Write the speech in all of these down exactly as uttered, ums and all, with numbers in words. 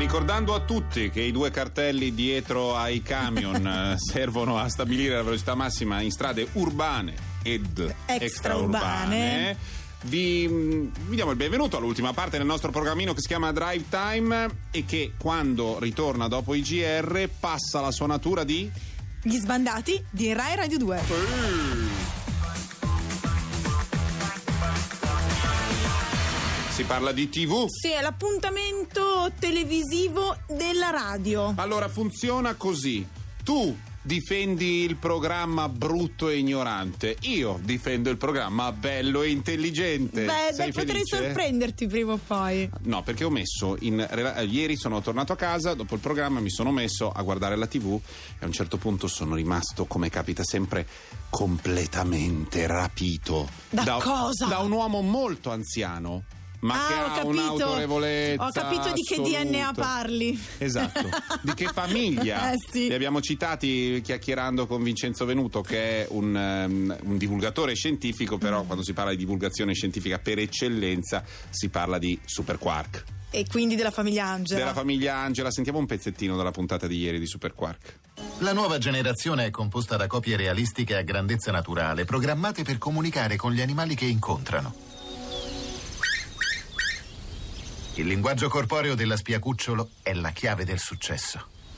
Ricordando a tutti che i due cartelli dietro ai camion servono a stabilire la velocità massima in strade urbane ed extraurbane, vi, vi diamo il benvenuto all'ultima parte del nostro programmino che si chiama Drive Time e che quando ritorna dopo i G R passa la sua natura di Gli sbandati di Rai Radio due. Ehi. Si parla di tivù. Sì, è l'appuntamento televisivo della radio. Allora funziona così: tu difendi il programma brutto e ignorante, io difendo il programma bello e intelligente. Beh, Sei beh potrei felice? sorprenderti prima o poi. No, perché ho messo in, ieri sono tornato a casa dopo il programma, mi sono messo a guardare la tivù e a un certo punto sono rimasto, come capita sempre, completamente rapito da, da cosa? Da un uomo molto anziano, ma ah, che ho ha capito. un'autorevolezza Ho capito di che assoluta. D N A parli. Esatto, di che famiglia. Eh sì. Li abbiamo citati chiacchierando con Vincenzo Venuto, che è un, um, un divulgatore scientifico, però mm. quando si parla di divulgazione scientifica per eccellenza si parla di Super Quark. E quindi della famiglia Angela. Della famiglia Angela. Sentiamo un pezzettino dalla puntata di ieri di Super Quark. La nuova generazione è composta da copie realistiche a grandezza naturale, programmate per comunicare con gli animali che incontrano. Il linguaggio corporeo della spia cucciolo è la chiave del successo.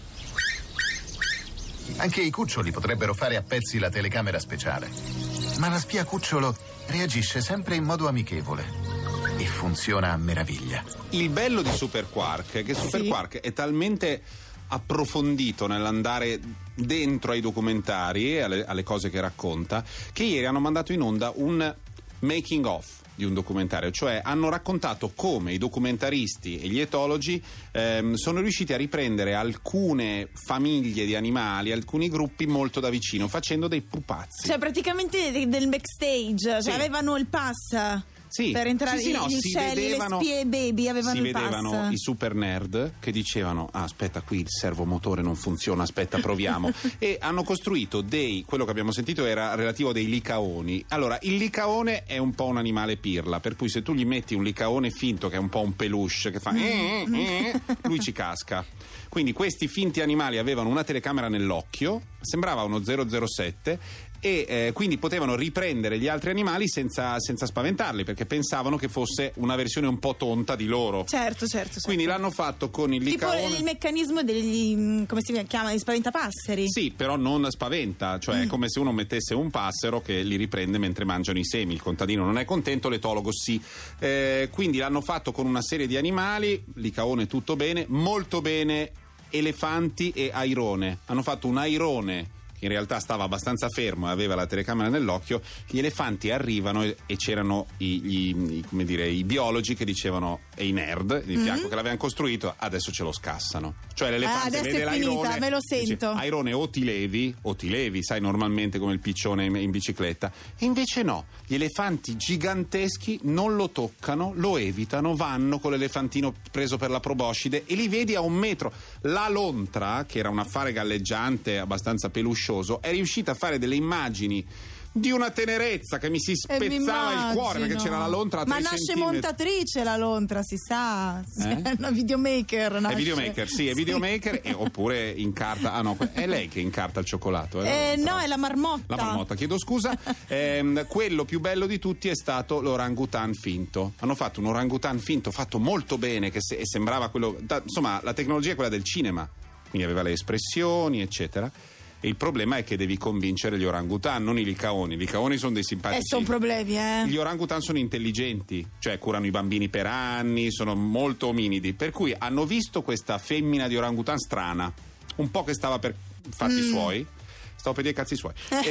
Anche i cuccioli potrebbero fare a pezzi la telecamera speciale, ma la spia cucciolo reagisce sempre in modo amichevole e funziona a meraviglia. Il bello di Super Quark è che Super sì. Quark è talmente approfondito nell'andare dentro ai documentari e alle, alle cose che racconta, che ieri hanno mandato in onda un making of di un documentario, cioè hanno raccontato come i documentaristi e gli etologi ehm, sono riusciti a riprendere alcune famiglie di animali, alcuni gruppi molto da vicino, facendo dei pupazzi. Cioè praticamente del backstage, sì. cioè avevano il pass. Sì, per entrare sì, sì, no, gli si uccelli, vedevano, le spie baby avevano si il vedevano pass. i super nerd che dicevano ah, aspetta, qui il servomotore non funziona, aspetta, proviamo. E hanno costruito dei, quello che abbiamo sentito era relativo a dei licaoni. Allora, il licaone è un po' un animale pirla, per cui se tu gli metti un licaone finto che è un po' un peluche che fa eh, eh, lui ci casca. Quindi questi finti animali avevano una telecamera nell'occhio, sembrava uno zero zero sette, e eh, quindi potevano riprendere gli altri animali senza, senza spaventarli, perché pensavano che fosse una versione un po' tonta di loro. Certo, certo, certo. Quindi l'hanno fatto con il licaone. Tipo il meccanismo degli, come si chiama, gli spaventapasseri. Sì, però non spaventa, cioè mm. è come se uno mettesse un passero che li riprende mentre mangiano i semi. Il contadino non è contento, l'etologo sì. Eh, quindi l'hanno fatto con una serie di animali, licaone tutto bene, molto bene elefanti e airone. Hanno fatto un airone che in realtà stava abbastanza fermo e aveva la telecamera nell'occhio. Gli elefanti arrivano e, e c'erano i, gli, i, come dire, i biologi che dicevano, e i nerd di fianco mm-hmm. che l'avevano costruito, adesso ce lo scassano. Cioè l'elefante ah, vede è finita, l'airone, me lo sento. dice, airone o ti levi o ti levi, sai, normalmente come il piccione in, in bicicletta. E invece no, gli elefanti giganteschi non lo toccano, lo evitano, vanno con l'elefantino preso per la proboscide e li vedi a un metro. La lontra, che era un affare galleggiante abbastanza peluscioso, è riuscita a fare delle immagini di una tenerezza che mi si spezzava il cuore, perché c'era la lontra a ma tre nasce centimetri. Montatrice la lontra, si sa, eh? È una videomaker, nasce. È videomaker, sì, è videomaker sì. E, oppure incarta, ah no, è lei che incarta il cioccolato eh, eh, no, è la marmotta la marmotta, chiedo scusa. eh, quello più bello di tutti è stato l'orangutan finto. Hanno fatto un orangutan finto fatto molto bene, che se, sembrava quello da, insomma la tecnologia è quella del cinema, quindi aveva le espressioni eccetera. E il problema è che devi convincere gli orangutan, non i licaoni. I licaoni sono dei simpatici. Eh, sono problemi, eh. Gli orangutan sono intelligenti, cioè curano i bambini per anni, sono molto ominidi. Per cui hanno visto questa femmina di orangutan strana, un po' che stava per fatti mm. suoi, stavo per dire cazzi suoi.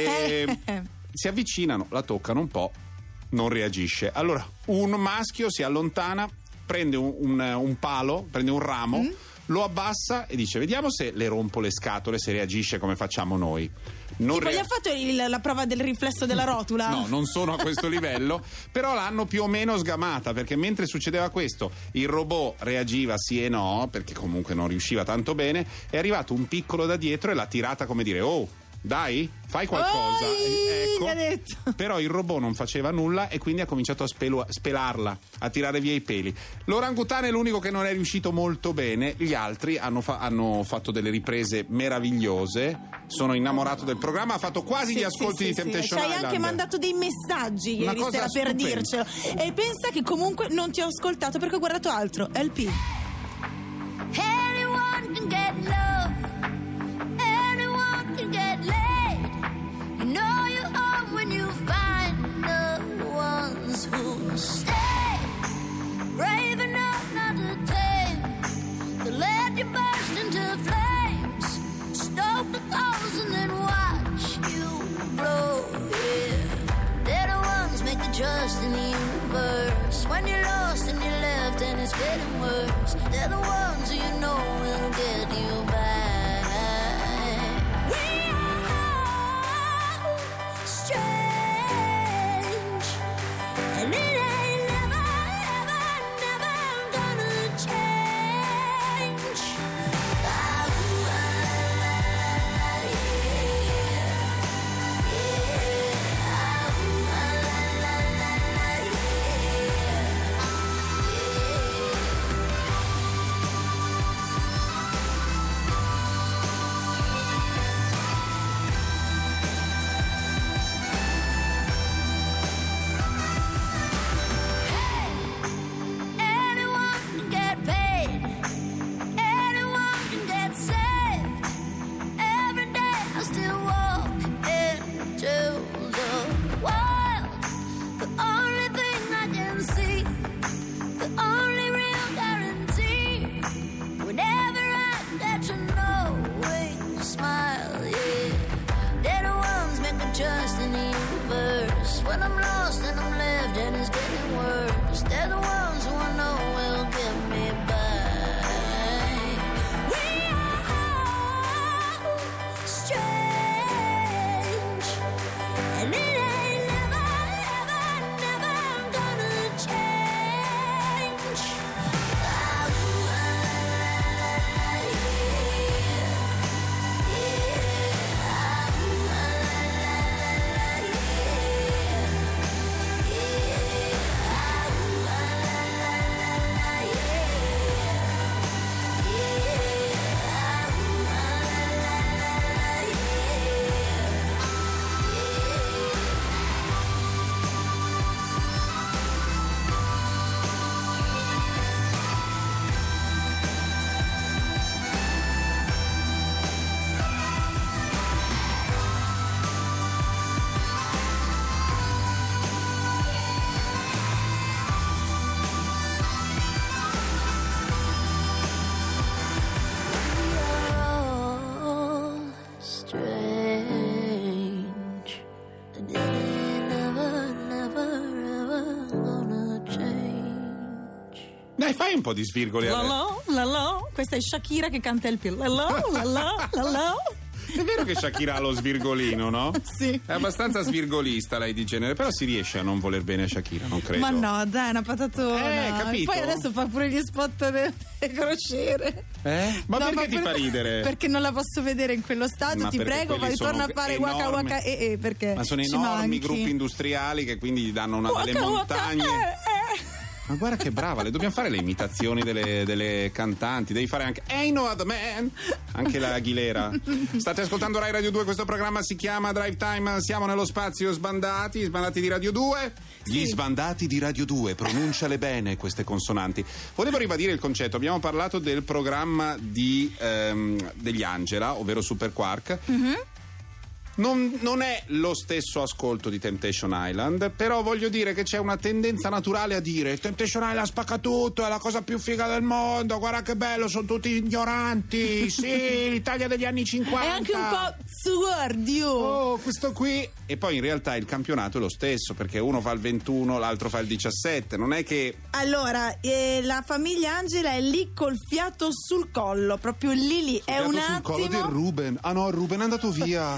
E si avvicinano, la toccano un po', non reagisce. Allora un maschio si allontana, prende un, un, un palo, prende un ramo. Mm. Lo abbassa e dice vediamo se le rompo le scatole, se reagisce come facciamo noi. Non tipo rea- gli ha fatto il, la prova del riflesso della rotula? No, non sono a questo livello, però l'hanno più o meno sgamata, perché mentre succedeva questo il robot reagiva sì e no, perché comunque non riusciva tanto bene. È arrivato un piccolo da dietro e l'ha tirata come dire oh, dai, fai qualcosa. Oi, ecco. gli ha detto. Però il robot non faceva nulla e quindi ha cominciato a spelu- spelarla, a tirare via i peli. L'orangutano è l'unico che non è riuscito molto bene, gli altri hanno, fa- hanno fatto delle riprese meravigliose. Sono innamorato del programma, ha fatto quasi Sì, gli ascolti sì, di sì, Temptation sì. Ci hai Island. anche mandato dei messaggi Una ieri cosa sera per stupenda. dircelo. E pensa che comunque non ti ho ascoltato perché ho guardato altro. L P. Anyone can get love, anyone can get laid. You know you are when you find the ones who stay. Brave enough not to tame, to let you burst into flames. Stoke the coals and then watch you blow, yeah. They're the ones make you trust in the universe. When you're lost and you're left and it's getting worse, they're the ones who you know will get you back. We are strange, and it ain't never, ever, never gonna change. Ah, ooh, ah, la, la, yeah, yeah. Ah, ooh, ah, la, la, la, yeah, anyone can get paid, anyone can get saved. Every day I still walk into the wild. The only thing I can see, the only real guarantee. Whenever I get to know you smile, yeah. They're the ones make me trust in the universe. When I'm lost and I'm left and it's getting worse, they're the ones who I know will get me back. We are strange, and it ain't never, ever, never gonna change. Ah, ooh, ah, la, la, la, yeah, yeah. Ah, ooh, ah, la, la, la, yeah, yeah. Ah, ooh, ah, la, la, la, yeah, yeah. Ah, ooh, ah, la, la, la, You're strange, and it ain't never, never, ever gonna change. Dai, fai un po' di svirgoli. La adesso. la, la la. Questa è Shakira che canta il P. La la, la la, la la. È vero che Shakira ha lo svirgolino, no? Sì. È abbastanza svirgolista lei di genere, però si riesce a non voler bene a Shakira, non credo. Ma no, dai, è una patatona. Eh, capito? Poi adesso fa pure gli spot delle crociere. Eh? Ma No, perché ti per- fa ridere? Perché non la posso vedere in quello stato, Ma ti perché prego, quelli poi torna a sono fare enormi. waka waka e e perché Ma sono ci enormi manchi. gruppi industriali che quindi gli danno una delle Waka waka, montagne. eh, eh. Ma guarda che brava, le dobbiamo fare le imitazioni delle, delle cantanti, devi fare anche Ain't No Other Man, anche la Aguilera. State ascoltando Rai Radio due, questo programma si chiama Drive Time, siamo nello spazio Sbandati, Sbandati di Radio due. Gli Sì. Sbandati di Radio due, pronunciale bene queste consonanti. Volevo ribadire il concetto, abbiamo parlato del programma di, ehm, degli Angela, ovvero Super Quark. Mm-hmm. Non, non è lo stesso ascolto di Temptation Island, però voglio dire che c'è una tendenza naturale a dire Temptation Island spacca tutto, è la cosa più figa del mondo, guarda che bello, sono tutti ignoranti, sì, l'Italia degli anni cinquanta. È anche un po' suguardio. Oh, questo qui. E poi in realtà il campionato è lo stesso, perché uno fa il ventuno, l'altro fa il diciassette, non è che... Allora, eh, la famiglia Angela è lì col fiato sul collo, proprio lì lì, è un sul collo attimo. di Ruben. Ah no, Ruben è andato via. E tra l'altro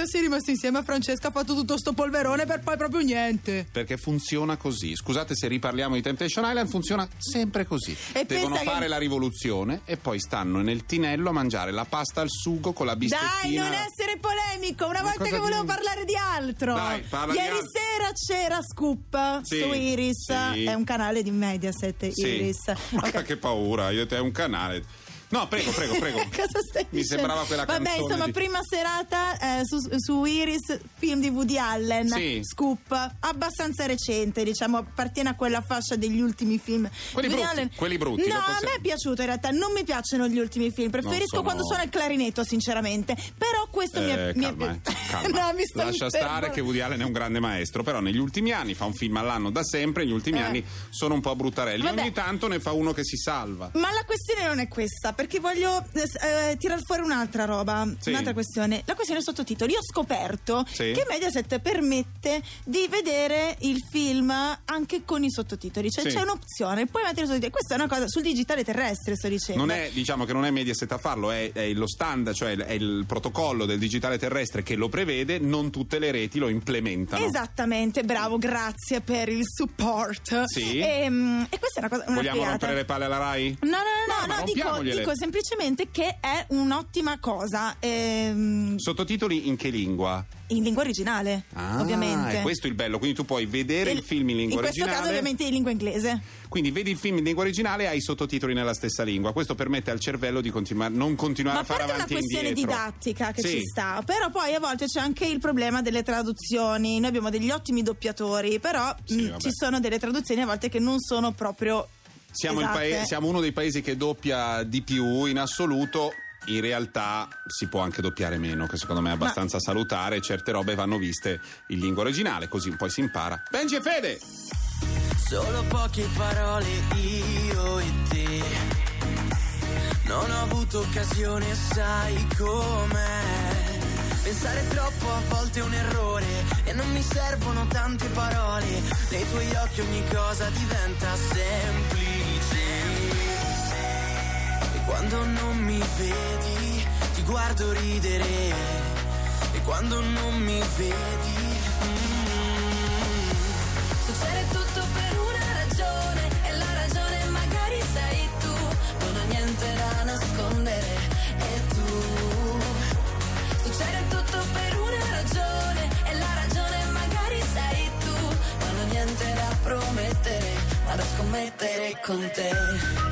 volta sei rimasto insieme a Francesca, ha fatto tutto sto polverone per poi proprio niente. Perché funziona così. Scusate se riparliamo di Temptation Island, funziona sempre così. E Devono pensa fare che- la rivoluzione e poi stanno nel tinello a mangiare la pasta al sugo con la bistecchina. Dai, non essere polemico, una Ma volta cosa che volevo di- parlare di altro. Dai, parla di Ieri altro. sera c'era Scoop Sì, su Iris, sì. è un canale di Mediaset, Sì. Iris. Ma Ok. che paura, io te è un canale. No, prego, prego, prego. Cosa stai Mi dicendo? sembrava quella Vabbè, canzone insomma, di- prima serata eh, su, su Iris, film di Woody Allen, Sì. Scoop, abbastanza recente, diciamo, appartiene a quella fascia degli ultimi film. Quelli di Woody brutti, Allen. quelli brutti, No, lo a possiamo- me è piaciuto in realtà, non mi piacciono gli ultimi film, preferisco sono- quando suona il clarinetto, sinceramente. Però questo mi è... Eh, mi è- calma, eh, calma. No, mi sto Lascia infermo. stare che Woody Allen è un grande maestro, però negli ultimi anni fa un film all'anno da sempre, negli ultimi Eh. anni sono un po' bruttarelli. Vabbè. Ogni tanto ne fa uno che si salva. Ma la questione non è questa, perché voglio eh, eh, tirar fuori un'altra roba, Sì. un'altra questione. La questione sottotitoli. Io ho scoperto Sì. che Mediaset permette di vedere il film anche con i sottotitoli, cioè Sì. c'è un'opzione, puoi mettere i sottotitoli. Questa è una cosa sul digitale terrestre, sto dicendo. Non è, diciamo che non è Mediaset a farlo, è, è lo standard, cioè è il protocollo del digitale terrestre che lo prevede, non tutte le reti lo implementano. Esattamente, bravo, grazie per il support. Sì. E, mm, e questa è una cosa. Una Vogliamo figata. rompere le palle alla Rai? No, no, no, No, no, ma no, dico, rompiamogliele. dico semplicemente che è un'ottima cosa. Ehm, Sottotitoli in che lingua? in lingua originale, Ah, ovviamente. è questo il bello, quindi tu puoi vedere il, film in lingua in questo originale. caso ovviamente in lingua inglese. Quindi vedi il film in lingua originale e hai i sottotitoli nella stessa lingua. Questo permette al cervello di continuare, non continuare Ma a fare a parte una avanti e questione indietro. didattica che Sì. ci sta, però poi a volte c'è anche il problema delle traduzioni. Noi abbiamo degli ottimi doppiatori, però Sì, mh, vabbè. ci sono delle traduzioni a volte che non sono proprio Siamo, il esatte. paese- siamo uno dei paesi che doppia di più in assoluto. In realtà si può anche doppiare meno, che secondo me è abbastanza salutare. Certe robe vanno viste in lingua originale, così poi si impara. Benji e Fede! Solo poche parole io e te. Non ho avuto occasione, sai com'è. Pensare troppo a volte è un errore e non mi servono tante parole. Nei tuoi occhi ogni cosa diventa semplice. E quando non mi vedi ti guardo ridere. E quando non mi vedi mm, Succede tutto per una ragione e la ragione magari sei tu. Non ho niente da nascondere e tu. Succede tutto per una ragione e la ragione magari sei tu. Non ho niente da promettere, ma da scommettere con te.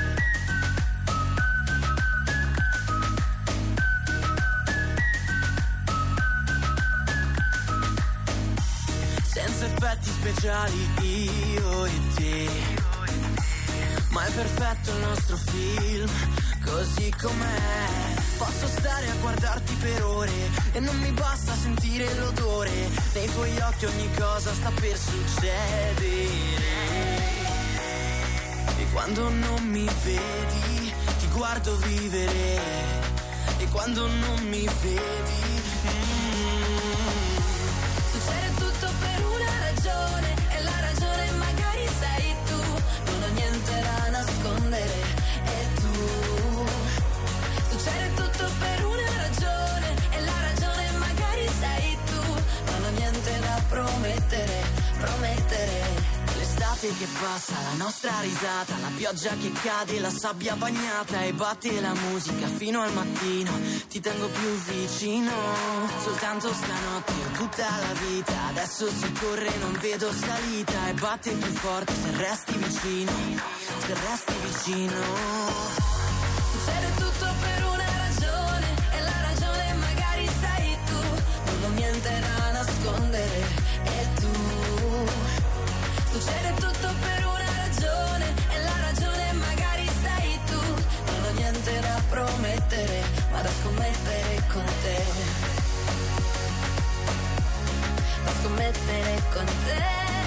senza effetti speciali io e te. Ma è perfetto il nostro film, così com'è. Posso stare a guardarti per ore e non mi basta sentire l'odore. Nei tuoi occhi ogni cosa sta per succedere. E quando non mi vedi ti guardo vivere. E quando non mi vedi mm, Succede tutto per una ragione e la ragione magari sei tu. Non ho niente da nascondere e tu. Succede tutto per una ragione e la ragione magari sei tu. Non ho niente da promettere, promettere. l'estate che passa, la nostra risata, la pioggia che cade, la sabbia bagnata e batte la musica fino al mattino. Ti tengo più vicino, soltanto stanotte o tutta la vita. Adesso si corre, non vedo salita e batte più forte se resti vicino, se resti vicino. Succede tutto per una ragione e la ragione magari sei tu. Non ho niente da nascondere e tu. Succede tutto per una ragione e la ragione magari sei tu. Non ho niente da promettere, ma da scommettere con te. Da scommettere con te.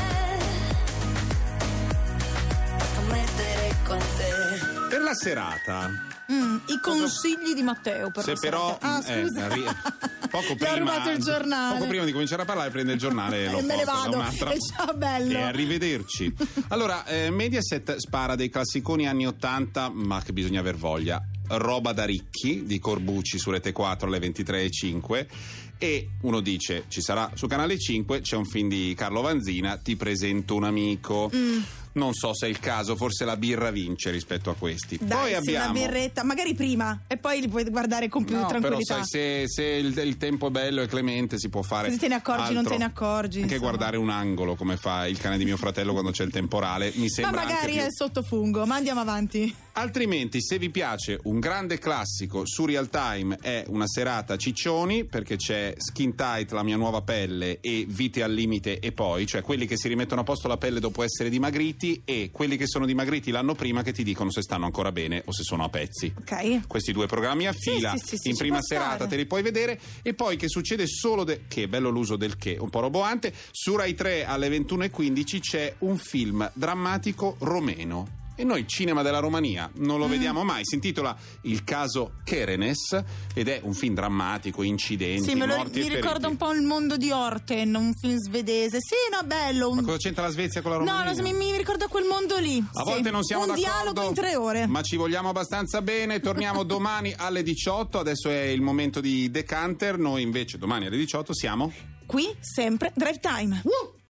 Da scommettere con te. Per la serata, Mm, I consigli di Matteo per se la però serata. Ah, eh, scusa. ri- poco Gli ho prima, rubato il giornale. poco prima di cominciare a parlare prende il giornale e lo E me ne porta da vado. un'altra- E ciao, bello. E arrivederci. Allora, eh, Mediaset spara dei classiconi anni ottanta, ma che bisogna aver voglia. Roba da ricchi di Corbucci su Rete quattro alle ventitré e cinque. E uno dice, ci sarà su Canale cinque, c'è un film di Carlo Vanzina, Ti presento un amico. Mm. Non so se è il caso, forse la birra vince rispetto a questi. Dai, poi sì, abbiamo una birretta, magari prima, e poi li puoi guardare con più no, tranquillità. Però sai, se, se il, il tempo è bello e clemente si può fare. Se te ne accorgi, altro. non te ne accorgi. Anche insomma. guardare un angolo come fa il cane di mio fratello quando c'è il temporale mi sembra. Ma magari anche più... è sottofungo, ma andiamo avanti. Altrimenti, se vi piace un grande classico su Real Time, è una serata ciccioni, perché c'è Skin Tight, la mia nuova pelle, e Vite al limite e poi, cioè quelli che si rimettono a posto la pelle dopo essere dimagriti e quelli che sono dimagriti l'anno prima che ti dicono se stanno ancora bene o se sono a pezzi. Ok. Questi due programmi a fila, sì, sì, sì, sì, in ci prima può serata stare. te li puoi vedere. E poi che succede solo de- che bello l'uso del che, un po' roboante, su Rai tre alle ventuno e quindici c'è un film drammatico romeno. E noi cinema della Romania non lo mm. vediamo mai. Si intitola Il caso Kerenes ed è un film drammatico, incidenti, sì, me lo, morti mi e feriti. ricorda un po' Il mondo di Orten, un film svedese. Sì, no, bello. Un... Ma cosa c'entra la Svezia con la Romania? No, no, mi, mi ricorda quel mondo lì. A sì. volte non siamo un d'accordo. Un dialogo in tre ore. Ma ci vogliamo abbastanza bene. Torniamo domani alle diciotto. Adesso è il momento di Decanter. Noi invece domani alle diciotto siamo qui sempre Drive Time. Uh!